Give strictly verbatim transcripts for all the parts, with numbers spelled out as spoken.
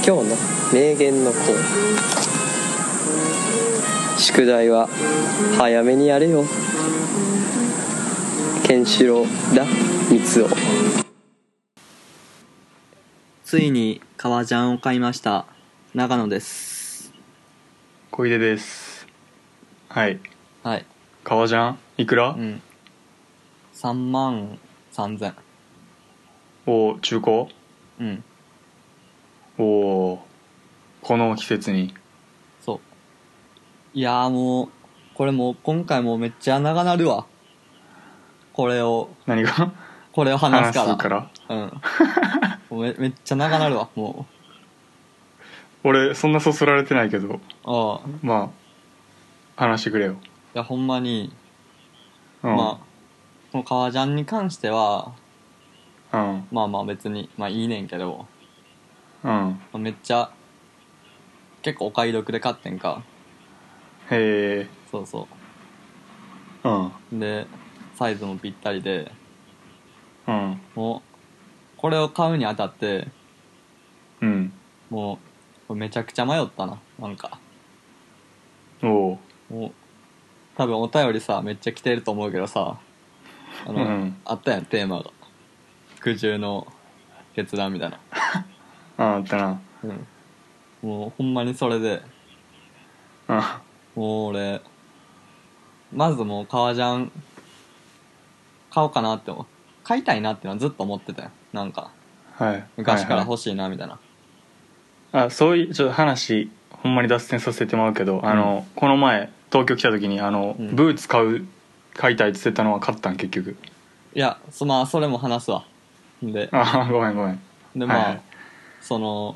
今日の名言のコーナー。宿題は早めにやれよ。ケンシロウだ三つお。 ついに革ジャンを買いました。長野です。 小出です。はい。 はい。 革ジャンいくら？ うん。さんまんさんぜん。 お中古？ うん。 おこの季節に。 そう。いやーもうこれもう今回もうめっちゃ長なるわ。これを何が？ これを話すから。 話すからうん。もう め, めっちゃ長なるわもう。俺そんなそそられてないけど。 ああ。 まあ話してくれよ。 いやほんまに、 うん、 まあこの革ジャンに関しては、 うん、 まあまあ別にまあいいねんけど、 うん。 めっちゃ結構お買い得で買ってんか。 へえ。 そうそうんうでサイズもぴったりで、 うんもうこれを買うにあたってうんもうめちゃくちゃ迷ったな。なんかおう。 もう多分お便りさめっちゃ来てると思うけどさ、あの、 うん、 あったやんテーマが服従の決断みたいな。 ああったな。 うんもうほんまにそれで、 うんもう俺まずもう革ジャン買おうかなって思う買いたいなってのはずっと思ってたよ。なんかはい昔からはい欲しいなみたいな。 はい、あそういうちょっと話ほんまに脱線させてもらうけど、あのこの前東京来た時にあの、 うんブーツ買う買いたいって言ってたのは買ったん結局？ いやそまあそれも話すわ。であごめんごめん。 でまあ、 はいはい、 その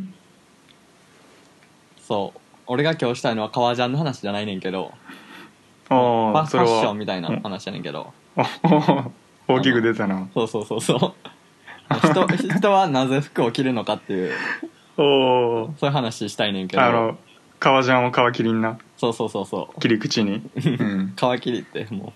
そう俺が今日したいのは革ジャンの話じゃないねんけど、フああそれはァファッションみたいな話やねんけど、 大きく出たな。 そうそうそうそう人, 人はなぜ服を着るのかっていうおおそういう話したいねんけど、 あの革ジャンを皮切りにな、 そうそうそうそう切り口に、うん、 皮切りっても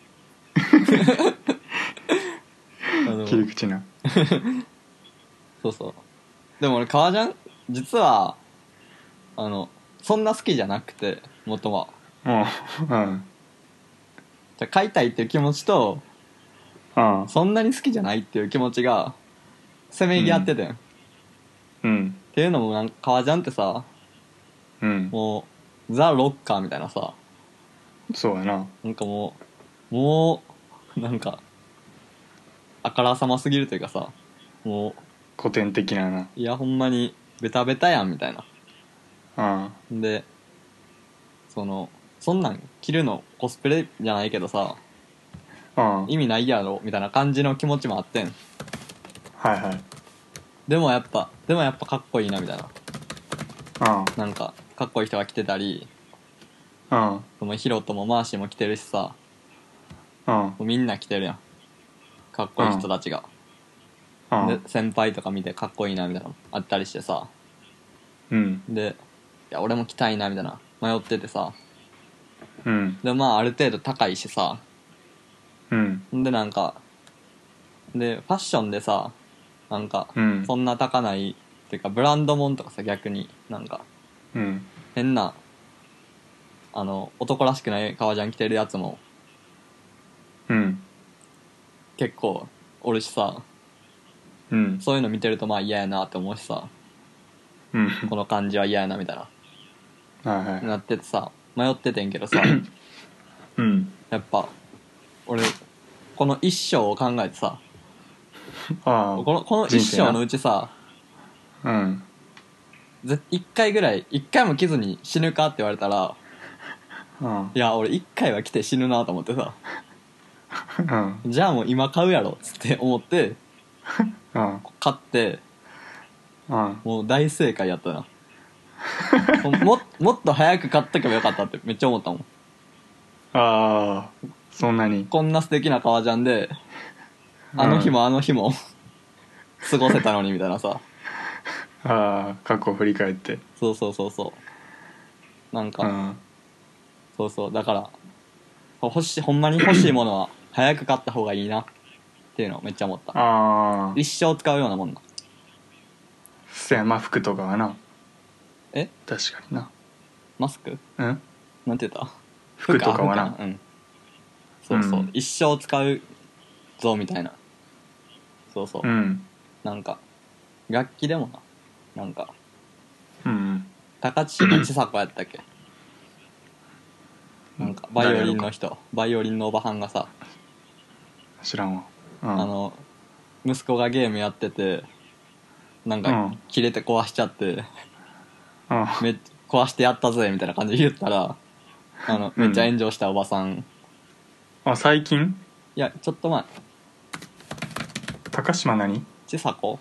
うあの切り口な。 そうそうでも俺革ジャン実はあのそんな好きじゃなくて元はもううんじゃ買いたいっていう気持ちとうんそんなに好きじゃないっていう気持ちがせめぎ合っててん、 うんうんっていうのもなんか革ジャンってさうんもうザ・ロッカーみたいなさ、 そうやな。 なんかもうもうなんかあからさますぎるというかさ、も古典的なな。 ういやほんまにベタベタやんみたいな。 うんでそのそんなん着るのコスプレじゃないけどさうん意味ないやろみたいな感じの気持ちもあってん。 はいはい。 でもやっぱでもやっぱかっこいいなみたいな。 うんなんかかっこいい人が着てたり、 うんそのヒロトもマーシーも着てるしさ、 うんもうみんな着てるやんかっこいい人たちが、 うんで先輩とか見てかっこいいなみたいなのあったりしてさ、 うんでいや俺も着たいなみたいな迷っててさ、 うんでまあある程度高いしさ、 うんでなんかでファッションでさなんかうんそんな高ないっていうかブランドもんとかさ逆になんかうん変なあの男らしくない革ジャン着てるやつもうん結構おるしさ、 うんそういうの見てるとまあ嫌やなって思うしさ、 うんこの感じは嫌やなみたいなはいはい。 なっててさ迷っててんけどさうんやっぱ俺この一生を考えてさ、 ああこのこの一生のうちさうんぜ一回ぐらい一回も着ずに死ぬかって言われたら、 うんいや俺一回は着て死ぬなと思ってさ、 うんじゃあもう今買うやろっつって思ってうん買って、 うんもう大正解やったなも, もっと早く買っとけばよかったってめっちゃ思ったもん。 ああそんなに。 こんな素敵な革ジャンであの日もあの日も過ごせたのにみたいなさ。 ああ過去を振り返って。 そうそうそうそうなんか、 うん、 そうそうだから欲しいほんまに欲しいものは早く買った方がいいなっていうのをめっちゃ思った。 ああ一生使うようなもんな。 そやまあ服とかはな。 え確かにな。 マスクうんなんて言った服とかはな服うんそうそう、 うん一生使うぞみたいな。そうそう、 うんなんか楽器でもな、なんかうん高知市の千佐子やったっけなんかバイオリンの人、バイオリンのおばはんがさ、 知らんわ。うんあの息子がゲームやっててなんかうん切れて壊しちゃって、 うんめっ壊してやったぜみたいな感じで言ったら、あのめっちゃ炎上したおばさん、 あ最近いやちょっと前、 高島何千佐子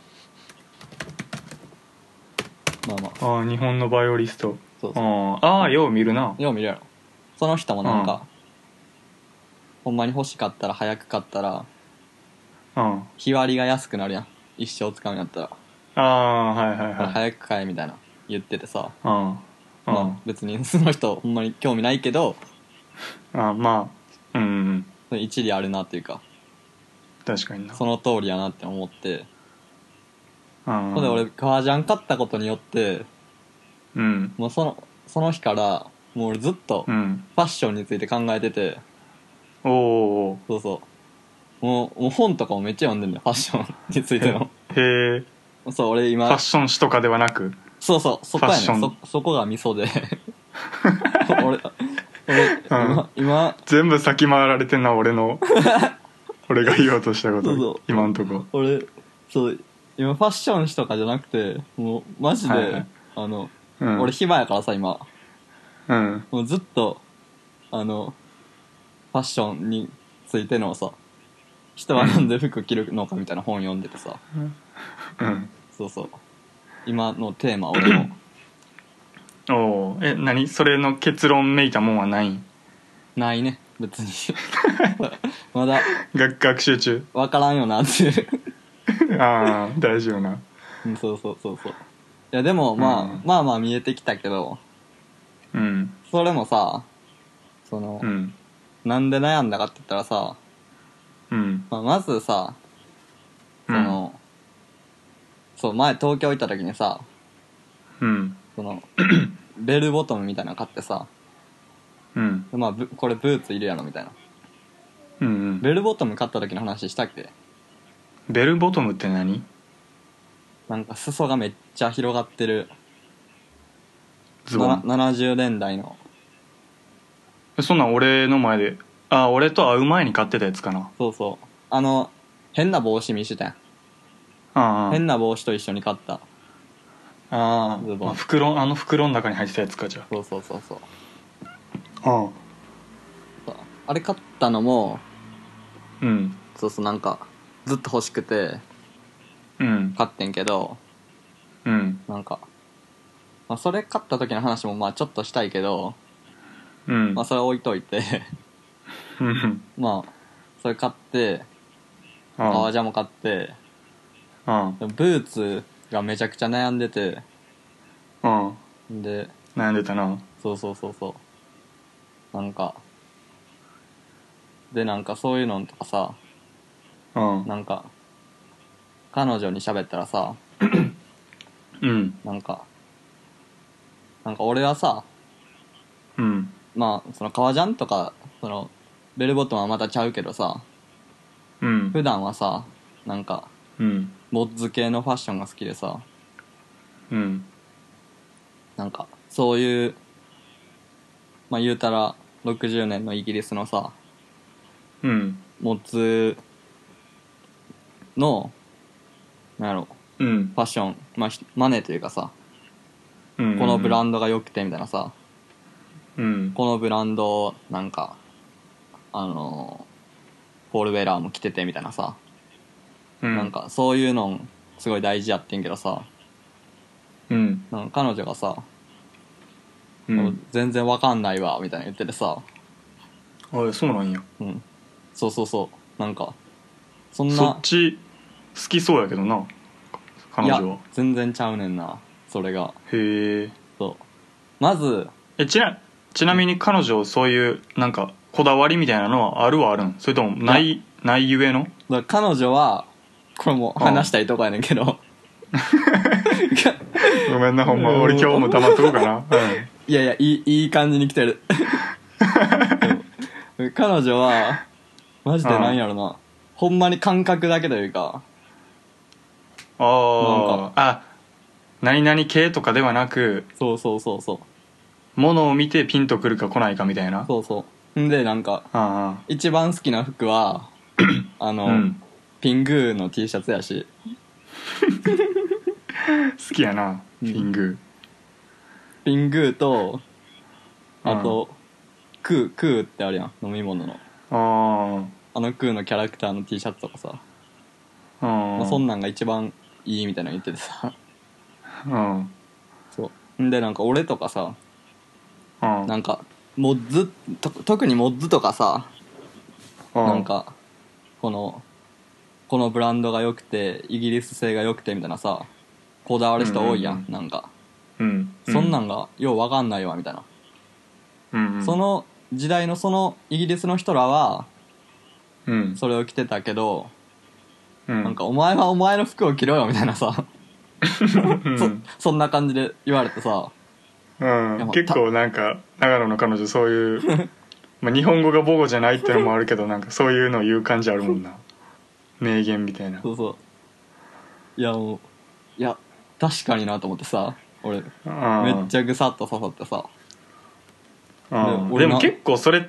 まあまああ日本のバイオリスト。 そうそうあああよう見るな。 よう見るやろ。その人もなんか、 うんほんまに欲しかったら早く買ったらうん日割りが安くなるやん、一生使うんやったら、 ああはいはいだからはい。 早く買えみたいな言っててさ、 うんうんまあ別にその人ほんまに興味ないけどあまあうんうんそれ一理あるなっていうか、 確かにな。 その通りやなって思って、 うんほんで俺革ジャン買ったことによってうんもうそのその日からもう俺ずっとフうんァッションについて考えてて、 おーおそうそうもうもう本とかもめっちゃ読んでんだよファッションについてのーへえ。 そう俺今ファッション誌とかではなくそうそうそこやねファッションん、そそこがミソで俺俺今、今全部先回られてんな俺の俺が言おうとしたことそうそう今んとこ。 俺そう今ファッション誌とかじゃなくてもうマジで、 はいはいあの、 うん俺暇やからさ今うんもうずっとあのファッションについてのさ、人はなんで服着るのかみたいな本読んでてさ、 うんそうそう今のテーマ俺のおおえ何それの結論めいたもんはないん？ ないね別にまだ学学習中分からんよなっていうああ大丈夫な。 うんそうそうそうそういやでもまあ、 うんまあまあ見えてきたけど、 うんそれもさその、 うんなんで悩んだかって言ったらさ、 うんまあ、まずさその、うん、そう前東京行った時にさうんそのベルボトムみたいなの買ってさ、 うんまあブこれブーツいるやろみたいな、 うんうんベルボトム買った時の話したっけ？ ベルボトムって何？ なんか裾がめっちゃ広がってるズボン。 なななじゅうねんだいの。 そんなん俺の前であ俺と会う前に買ってたやつかな。 そうそうあの変な帽子見してたやん、 ああ変な帽子と一緒に買った。 あズボンあ袋あの袋の中に入ってたやつかじゃそうそうそうそうあ。あそうあれ買ったのもうんそうそうなんかずっと欲しくてうん買ってんけど、 うんなんか、まあ、それ買った時の話もまあちょっとしたいけど、 うんまあそれ置いといてうんまあそれ買ってあ革ジャンも買ってあでもブーツがめちゃくちゃ悩んでて、 ああで悩んでたな。 そうそうそうそうなんかでなんかそういうのとかさ、 うんなんか彼女に喋ったらさうんなんかなんか俺はさうんまあその革ジャンとかそのベルボトムはまたちゃうけどさうん普段はさなんかうんモッズ系のファッションが好きでさうんなんかそういうまあ言うたらろくじゅうねんのイギリスのさうんモッズのなんやろうんファッション、まあ、ひマネというかさうんこのブランドが良くてみたいなさうんこのブランドなんかあのポール・ウェラーも着ててみたいなさ、 うんなんかそういうのすごい大事やってんけどさうんなんか彼女がさ、 うん全然わかんないわみたいな言っててさ、 あそうなんや。 うん、そうそうそうなんかそんそなっち好きそうやけどな彼いや女は。 全然ちゃうねんなそれが。 へえ。 そうまずえちなちなみに彼女そういうなんかこだわりみたいなのはあるはあるん？それともないないゆえの？ だから彼女はこれも話したいとこやねんけどごめんなほんま俺今日も黙っとこうかな、うん、 いやいやいいいい感じに来てる彼女はマジでなんやろな、ほんまに感覚だけというか、 あああ何々系とかではなく、 そうそうそうそうものを見てピンとくるか来ないかみたいな。 そうそうんでなんかあ一番好きな服はあの、 あ、うん、 ピングーの T シャツやし、 好きやな、 うんピングピングーとー。 あと、クークーってあるやん飲み物の、 ああのクーのキャラクターの T シャツとかさ、 あ、 まあ、そうんんなんが一番いいみたいなの言っててさうんそう。んでなんか俺とかさ、 うんなんかモッズと特にモッズとかさ、なんかこのこのブランドが良くてイギリス製が良くてみたいなさ、こだわる人多いやん、 うんうんうんなんか、 うんそんなんがようわかんないわみたいな、 うんうんその時代のそのイギリスの人らはうんそれを着てたけど、 うんなんかお前はお前の服を着ろよみたいなさうんそ, そんな感じで言われてさ、 うんいやまあ結構なんか長野の彼女そういうまあ日本語が母語じゃないってのもあるけどなんかそういうのを言う感じあるもんな名言みたいな。 そうそういやもういや確かになと思ってさ、俺めっちゃゃぐさっと刺さってさ、 で俺なも結構それ、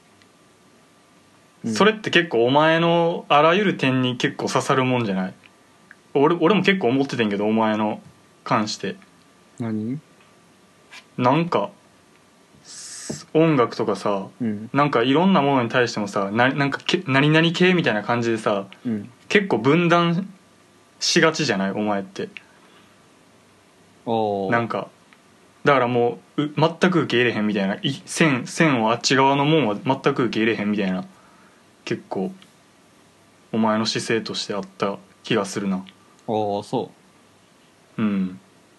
うんそれって結構お前のあらゆる点に結構刺さるもんじゃない？俺俺も結構思っててんけどお前の関して何なんか音楽とかさ、 うんなんかいろんなものに対してもさななんかけ何々系みたいな感じでさうん結構分断しがちじゃないお前って。 おーなんかだからもうう全く受け入れへんみたいない線線をあっち側のもんは全く受け入れへんみたいな結構お前の姿勢としてあった気がするな。 おーそううん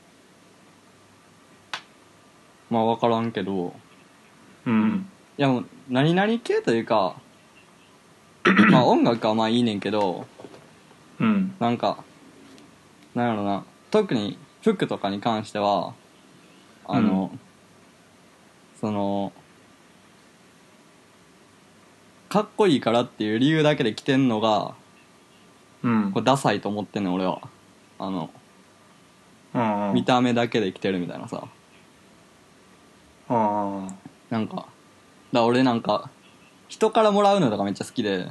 まあ分からんけど、 うんいやもう何々系というかまあ音楽はまあいいねんけど、 うんなんかなんやろな、特に服とかに関してはあの、 うそのかっこいいからっていう理由だけで着てんのがうんこれダサいと思ってんねん俺は。あのうん見た目だけで着てるみたいなさ、 あなんかだから俺なんか人からもらうのとかめっちゃ好きで、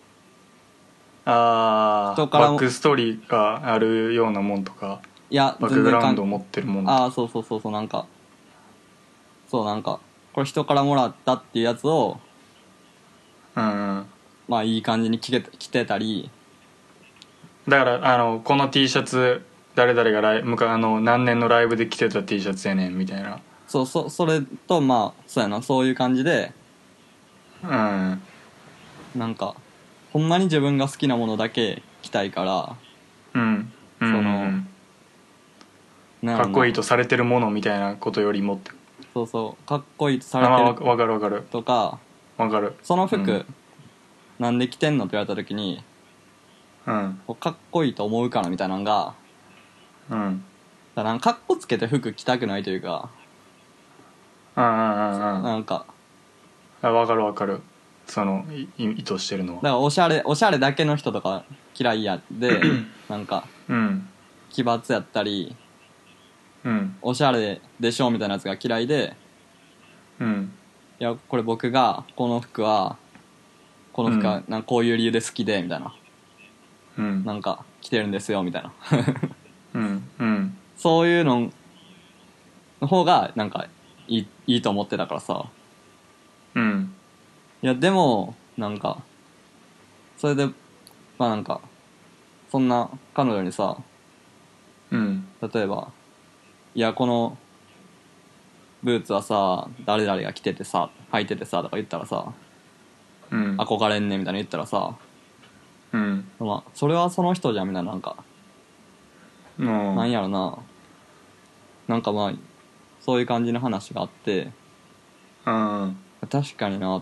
あ人からもバックストーリーがあるようなもんとかいやバックグラウンドを関持ってるもん。 ああそうそうそうそう、なんかそうなんかこれ人からもらったっていうやつをうんうんまあいい感じに着け着てたり、 だからあのこの T シャツ誰々がライむかあの何年のライブで着てた T シャツやねんみたいな。 そうそそれとまあそうやな、そういう感じでうんなんかほんまに自分が好きなものだけ着たいからうんうんそのうんなんやろな、 かっこいいとされてるものみたいなことよりもってそうそうかっこいいとさあわれてるわかるわかるとか、 わかるその服、 うんなんで着てんのって言われた時にうんこうかっこいいと思うからみたいなのが、 うんだからなんかかっこつけて服着たくないというか、 うんうんうんうんなんかあわかるわかるそのい意図してるのは。 だからおしゃれおしゃれだけの人とか嫌いやでなんかうん奇抜やったりうんおしゃれでしょみたいなやつが嫌いで、 うんいやこれ僕がこの服はこの服はなんかこういう理由で好きでみたいな、 うんなんか着てるんですよみたいなうんうんそういうのの方がなんかいいいいと思ってたからさ。 うんいやでもなんかそれでまあなんかそんな彼女にさ、 うん例えばいやこのブーツはさ誰々が着ててさ履いててさとか言ったらさうん憧れんねみたいな言ったらさ、 うんまあそれはその人じゃんみたいな、なんかうんなんやろな、なんかまあそういう感じの話があって、 うん確かになって、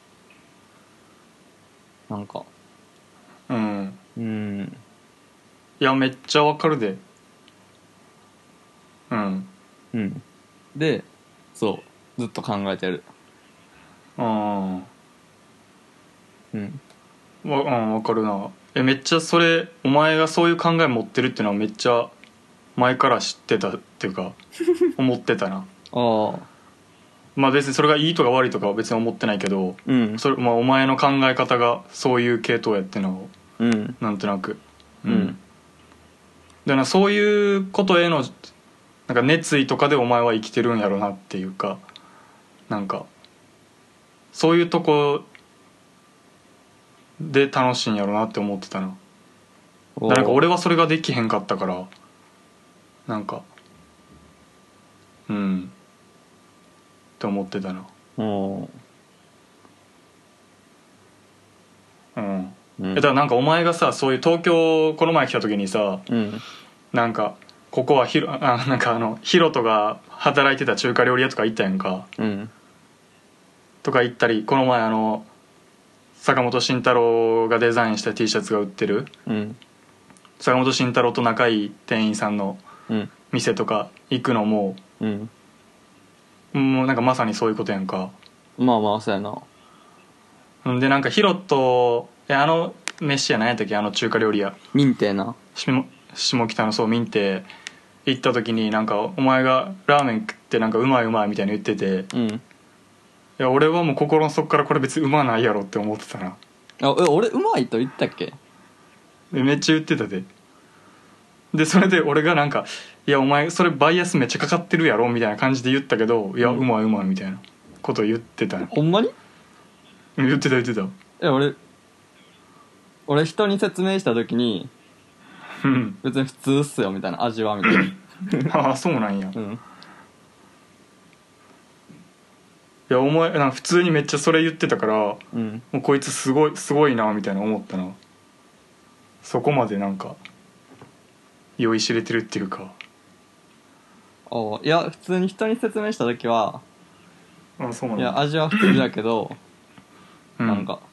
なんかうんうんいやめっちゃわかるで。うんうんでそうずっと考えてる。 あうんあわ、うん、わかるな。えめっちゃそれお前がそういう考え持ってるっていうのはめっちゃ前から知ってたっていうか思ってたな。 ああまあ別にそれがいいとか悪いとかは別に思ってないけど、 うんそれまあお前の考え方がそういう系統やってのをうんなんとなくうん、うんだからそういうことへのなんか熱意とかでお前は生きてるんやろなっていうか、なんかそういうとこで楽しいんやろなって思ってたな。 おなんか俺はそれができへんかったからなんかうんって思ってたな。 おうんうんえだからなんかお前がさそういう東京この前来た時にさうんなんかここはヒロあなんかあのヒロトが働いてた中華料理屋とか行ったやんかうんとか行ったり、この前あの坂本慎太郎がデザインした T シャツが売ってるうん坂本慎太郎と仲いい店員さんのうん店とか行くのもうんもうなんかまさにそういうことやんか。 まあまあそうやな。 んでなんかヒロトえあの飯や何やったっけあの中華料理屋民邸な。 下下北のそう民邸行った時になんかお前がラーメン食ってなんかうまいうまいみたいに言ってて、いうんや俺はもう心の底からこれ別にうまないやろって思ってたな。 あえ俺うまいと言ったっけ。 えめっちゃ言ってたで。でそれで俺がなんかいやお前それバイアスめっちゃかかってるやろみたいな感じで言ったけど、いやうまいうまいみたいなこと言ってた。 ほんまに。 言ってた言ってた。 え俺俺人に説明した時にうん別に普通っすよみたいな味はみたいなああそうなんや。いうんやお前なんか普通にめっちゃそれ言ってたからもうんうこいつすごいすごいなみたいな思ったな。そこまでなんか酔いしれてるっていうか。 おいや普通に人に説明した時はあそうなんだ。 いや味は普通だけど、 うなんか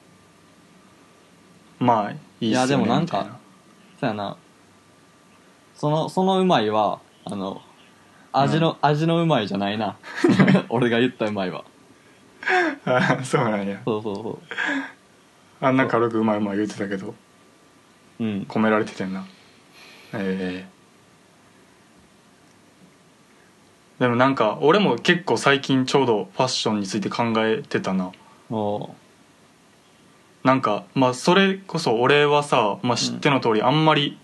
まあいいっすよねいやでもなんみたいかそうやなそのそのうまいはあの味の、うん、味のうまいじゃないな俺が言ったうまいはあそうなんや。 そうそうそうあんな軽くうまいうまい言ってたけどうん込められててんな。ええー、でもなんか俺も結構最近ちょうどファッションについて考えてたな。 おなんかまあそれこそ俺はさ、まあ、知っての通りあんまり、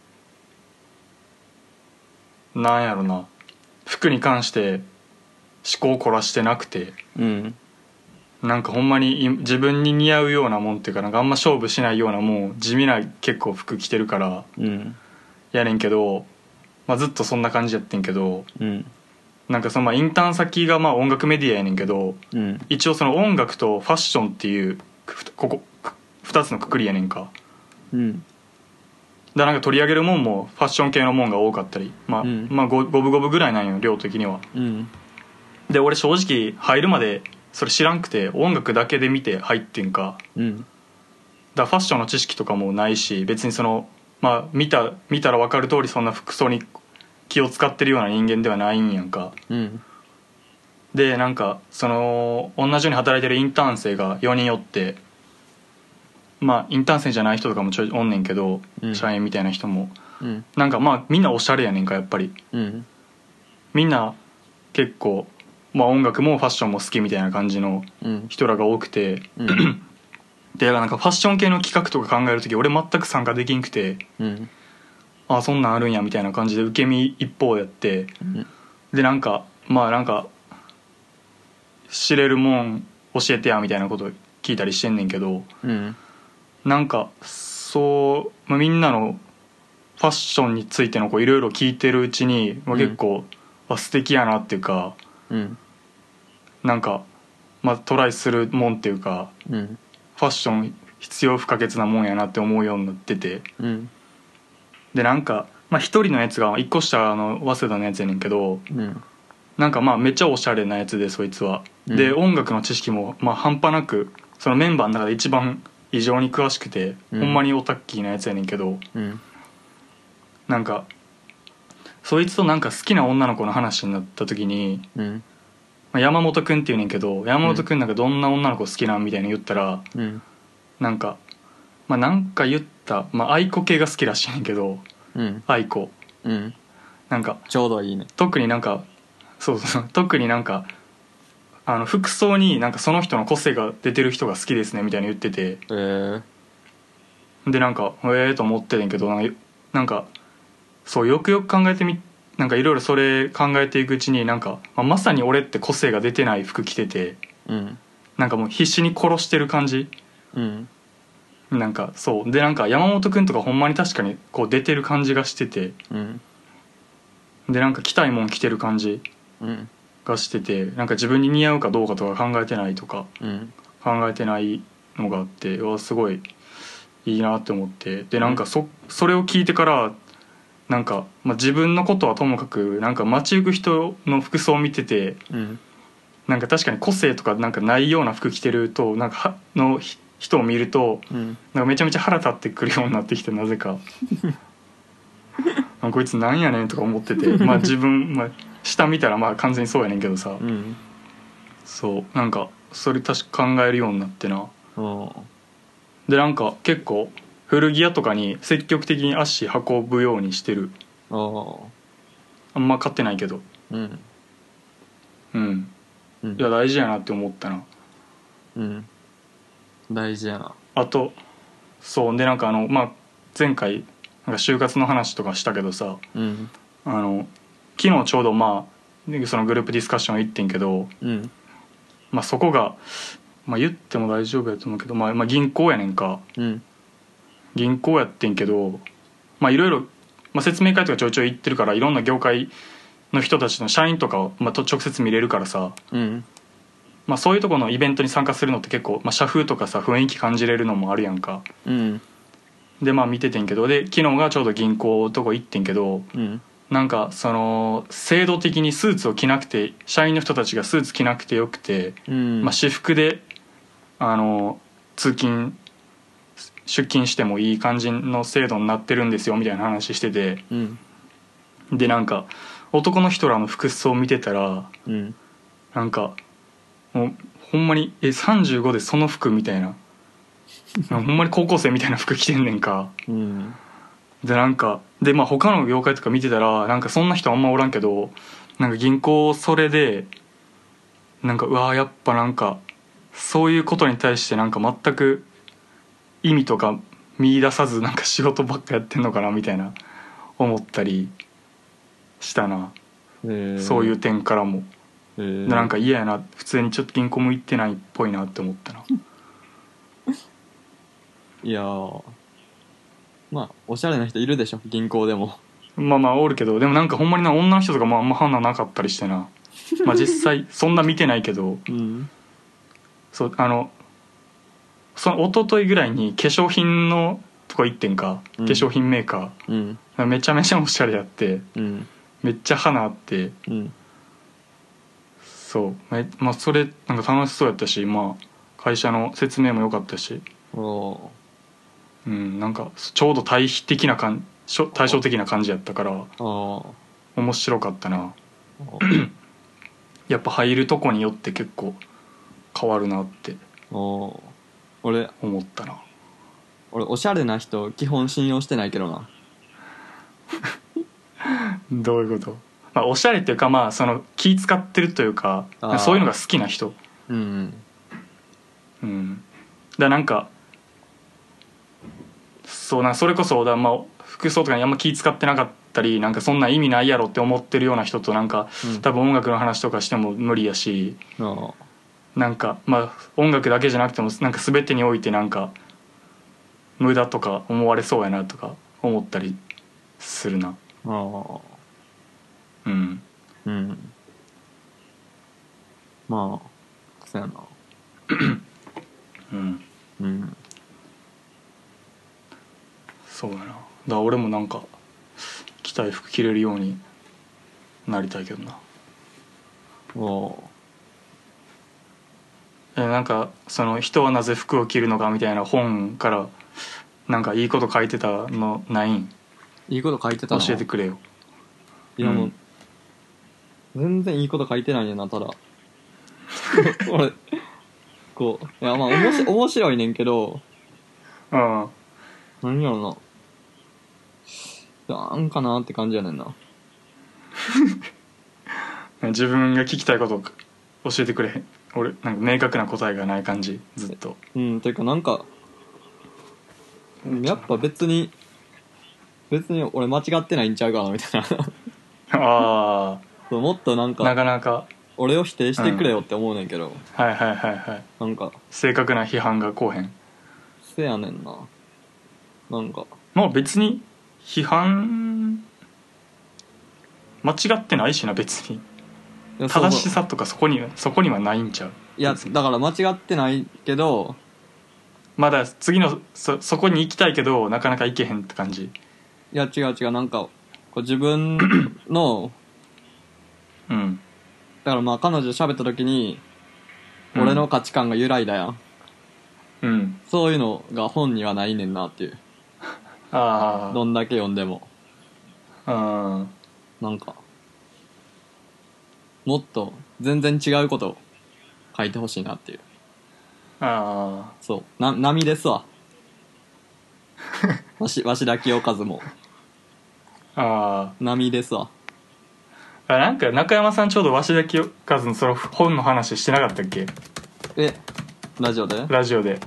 うん、なんやろな服に関して思考を凝らしてなくて、 うん、 なんかほんまに自分に似合うようなもんっていうかなんかあんま勝負しないようなもう地味な結構服着てるからやねんけど、まあ、ずっとそんな感じやってんけど、 うん、 なんかそのまあインターン先がまあ音楽メディアやねんけど、 うん、 一応その音楽とファッションっていうここふたつのくくりやねんか。 うん、 だなんか取り上げるもんもファッション系のもんが多かったり、まあうん、まあ五分五分ぐらいなんよ量的には、 うん、 で俺正直入るまでそれ知らんくて音楽だけで見て入ってんか、 うん、 だからファッションの知識とかもないし別にそのまあ見た見たら分かる通りそんな服装に気を使ってるような人間ではないんやんか、 うん、 でなんかその同じように働いてるインターン生がよにんおって、まあインターン生じゃない人とかもちょいおんねんけど、うん、社員みたいな人も、うん、なんかまあみんなおしゃれやねんかやっぱり、 うん、 みんな結構、まあ、音楽もファッションも好きみたいな感じの人らが多くて、うん、でなんかファッション系の企画とか考える時俺全く参加できんくて、うん、あそんなんあるんやみたいな感じで受け身一方やって、うん、でなんかまあなんか知れるもん教えてやみたいなこと聞いたりしてんねんけど、うん、なんかそう、まあ、みんなのファッションについてのいろいろ聞いてるうちに、まあ、結構、うん、素敵やなっていうか、うん、なんか、まあ、トライするもんっていうか、うん、ファッション必要不可欠なもんやなって思うようになってて、うん、でなんかまあ一人のやつが一個下あの早稲田のやつやねんけど、うん、なんかまあめっちゃおしゃれなやつでそいつは、うん、で音楽の知識もまあ半端なくそのメンバーの中で一番異常に詳しくて、うん、ほんまにオタッキーなやつやねんけど、うん、 なんかそいつとなんか好きな女の子の話になった時に、 うんまあ、山本くんって言うねんけど、山本くんなんかどんな女の子好きなんみたいに言ったら、 うんなんかまあなんか言った、まあ愛子系が好きらしいねんけど、 うん愛子うんなんかちょうどいいね。 特になんかそうそう特になんかあの服装になんかその人の個性が出てる人が好きですねみたいに言ってて、 えー、 でなんかええー、と思ってんけど、なんかなんかそうよくよく考えてみなんかいろいろそれ考えていくうちになんか、まあ、まさに俺って個性が出てない服着てて、 うんなんかもう必死に殺してる感じ、 うんなんかそうでなんか山本君とかほんまに確かにこう出てる感じがしてて、 うんでなんか着たいもん着てる感じうんがしてて、なんか自分に似合うかどうかとか考えてないとかうん考えてないのがあって、うわすごいいいなって思って、でなんか そ, それを聞いてからなんか、まあ、自分のことはともかくなんか街行く人の服装を見てて、 うんなんか確かに個性とかなんかないような服着てるとなんかはの人を見るとうんなんかめちゃめちゃ腹立ってくるようになってきて、なぜかこいつなんやねんとか思ってて、まあ自分、まあ、下見たらまあ完全にそうやねんけどさ、 うんそうなんかそれ確か考えるようになってな。 おでなんか結構古着屋とかに積極的に足運ぶようにしてる。 おあんま買ってないけど、 うんうんうんいや大事やなって思ったな。 うん大事やな。 あとそうでなんかあのまあ前回なんか就活の話とかしたけどさ、 うんあの昨日ちょうどまあそのグループディスカッション行ってんけど、 うんまあそこが、まあ、言っても大丈夫やと思うけど、まあ、まあ銀行やねんか。 うん銀行やってんけど、まあいろいろまあ説明会とかちょいちょい行ってるからいろんな業界の人たちの社員とかを、まあ、と直接見れるからさ、 うんまあ、そういうところのイベントに参加するのって結構、まあ、社風とかさ雰囲気感じれるのもあるやんか。 うんでまあ見ててんけど、で昨日がちょうど銀行とこ行ってんけど、 うんなんかその制度的にスーツを着なくて、社員の人たちがスーツ着なくてよくて、 うんまあ、私服であの通勤出勤してもいい感じの制度になってるんですよみたいな話してて、 うんでなんか男の人らの服装を見てたらうんなんかもうほんまにえさんじゅうごでその服みたいなほんまに高校生みたいな服着てんねんか。 うんでなんかでまあ他の業界とか見てたらなんかそんな人あんまおらんけど、なんか銀行それでなんかうわーやっぱなんかそういうことに対してなんか全く意味とか見出さずなんか仕事ばっかやってんのかなみたいな思ったりしたな、 えー、 そういう点からも。 えー、 でなんか嫌やな、普通にちょっと銀行も行ってないっぽいなって思ったな。 いやーまあおしゃれな人いるでしょ銀行でも。 まあまあおるけど、でもなんかほんまにな女の人とかもあんま花なかったりしてなまあ実際そんな見てないけど、 うんそうあのその一昨日ぐらいに化粧品のとこ行ってんか、 うん化粧品メーカうんーめちゃめちゃおしゃれやって、 うんめっちゃ花あって、 うんそうめまあそれなんか楽しそうやったし、まあ会社の説明も良かったし、 おうんなんかちょうど対比的な感じ対照的な感じやったからーお面白かったな。 ーやっぱ入るとこによって結構変わるなっておー俺思ったな。 俺おしゃれな人基本信用してないけどな。 どういうこと？まあ、おしゃれっていうかまあその気使ってるというかあーそういうのが好きな人、 うんうん、だからなんかそうなそれこそだ、まあ、服装とかにあんま気使ってなかったりなんかそんな意味ないやろって思ってるような人となんか、 うん多分音楽の話とかしても無理やし、 あなんかまあ音楽だけじゃなくてもなんか全てにおいてなんか無駄とか思われそうやなとか思ったりするな。 ああうんうんまあそうやな。 うんうんそうやな。だから俺もなんか着たい服着れるようになりたいけどな。 おえなんかその人はなぜ服を着るのかみたいな本からなんかいいこと書いてたのないん？ いいこと書いてたな。 教えてくれよ。 いやもう、 うん、 全然いいこと書いてないねんな、ただ俺こういやまあおもし面白いねんけど、 うん、 何やろな、なんかなって感じやねんな。 自分が聞きたいことを教えてくれへん。俺なんか明確な答えがない感じ、ずっと。 うんというかなんかやっぱ別に別に俺間違ってないんちゃうかなみたいなあそうもっとなんかあ、なかなか俺を否定してくれよって思うねんけど、 はいはいはいはい。 なんか正確な批判がこうへん。 せやねんな。なんかもう別に批判間違ってないしな、別にいやそう正しさとかそこにそこにはないんちゃう。 いやだから間違ってないけど、 まだ次の そ, そこに行きたいけどなかなか行けへんって感じ。 いや違う違う、なんかこう自分のうんだからまあ彼女と喋った時にうん俺の価値観が揺らいだやん、 うんそういうのが本にはないねんなっていう。 あどんだけ読んでもあなんかもっと全然違うことを書いてほしいなっていう。 あそうな波ですわわしわしだ清和もああ波ですわ。 あ、なんか中山さんちょうど鷲田清和のその本の話してなかったっけ、 えラジオでラジオで。うん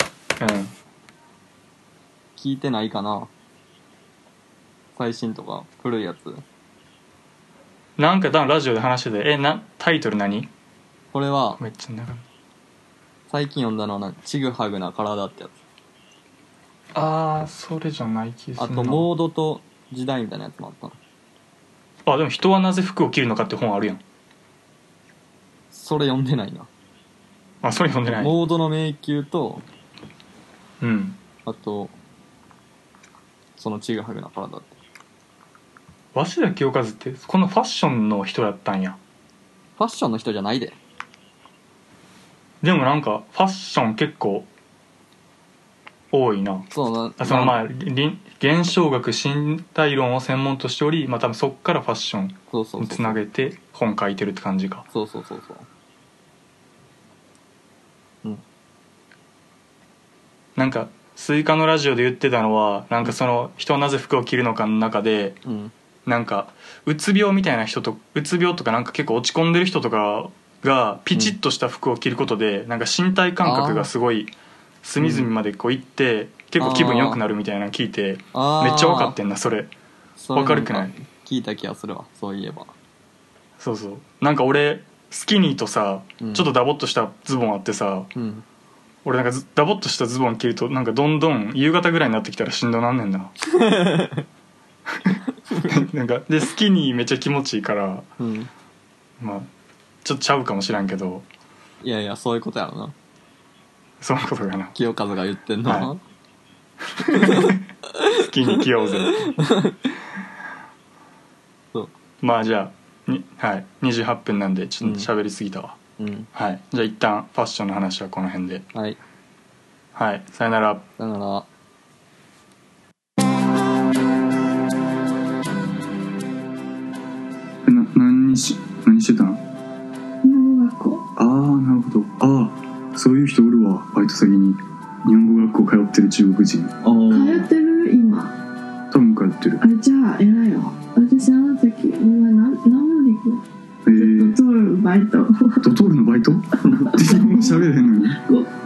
聞いてないかな、最新とか古いやつ。 なんか多分ラジオで話してて、えなタイトル何？ これはめっちゃ長い。 最近読んだのはなちぐはぐな体ってやつ。 ああ、それじゃない気がするな。 あとモードと時代みたいなやつもあったの。 あ、でも人はなぜ服を着るのかって本あるやん。 それ読んでないな。 あ、それ読んでない。 モードの迷宮とうんあとそのちぐはぐな体って。 鷲田清和ってこのファッションの人やったんや。 ファッションの人じゃないで。 でもなんかファッション結構多いな。 そうなあ、そのまあり現象学身体論を専門としており、まあ多分そっからファッションそうそうそうにつなげて本書いてるって感じか。 そうそうそうそううん。 なんかスイカのラジオで言ってたのは、なんかその人はなぜ服を着るのかの中で、 うん、 なんかうつ病みたいな人とうつ病とかなんか結構落ち込んでる人とかがピチッとした服を着ることで、うん、なんか身体感覚がすごい隅々までこういって、うん、結構気分良くなるみたいなの聞いて、めっちゃ分かってんなそれ。分かるくない？ 聞いた気がするわ、そういえば。 そうそう、なんか俺スキニーとさ、うん、ちょっとダボっとしたズボンあってさ、うん、俺なんかダボっとしたズボン着るとなんかどんどん夕方ぐらいになってきたらしんどなんねんななんかでスキニーめっちゃ気持ちいいから、うん、まあちょっとちゃうかもしらんけど、 いやいやそういうことやろな。 そういうことかな。 清和が言ってんの、はい、 スキニー着ようぜそうまあじゃあに、はい、にじゅうはっぷんなんでちょっと喋りすぎたわ、うんうん、はい、じゃあ一旦ファッションの話はこの辺で。 はい、 はい、さよなら。 さよなら。 な何し何してたの？ 日本語学校。 ああ、なるほど。ああ、そういう人おるわ。バイト先に日本語学校通ってる中国人。あ通ってる今。 多分通ってる。 あ、じゃあ偉いよ。私あの時お前何何もできない。えー、ドトールのバイト。 ドトールのバイト？日本語喋れへんのに。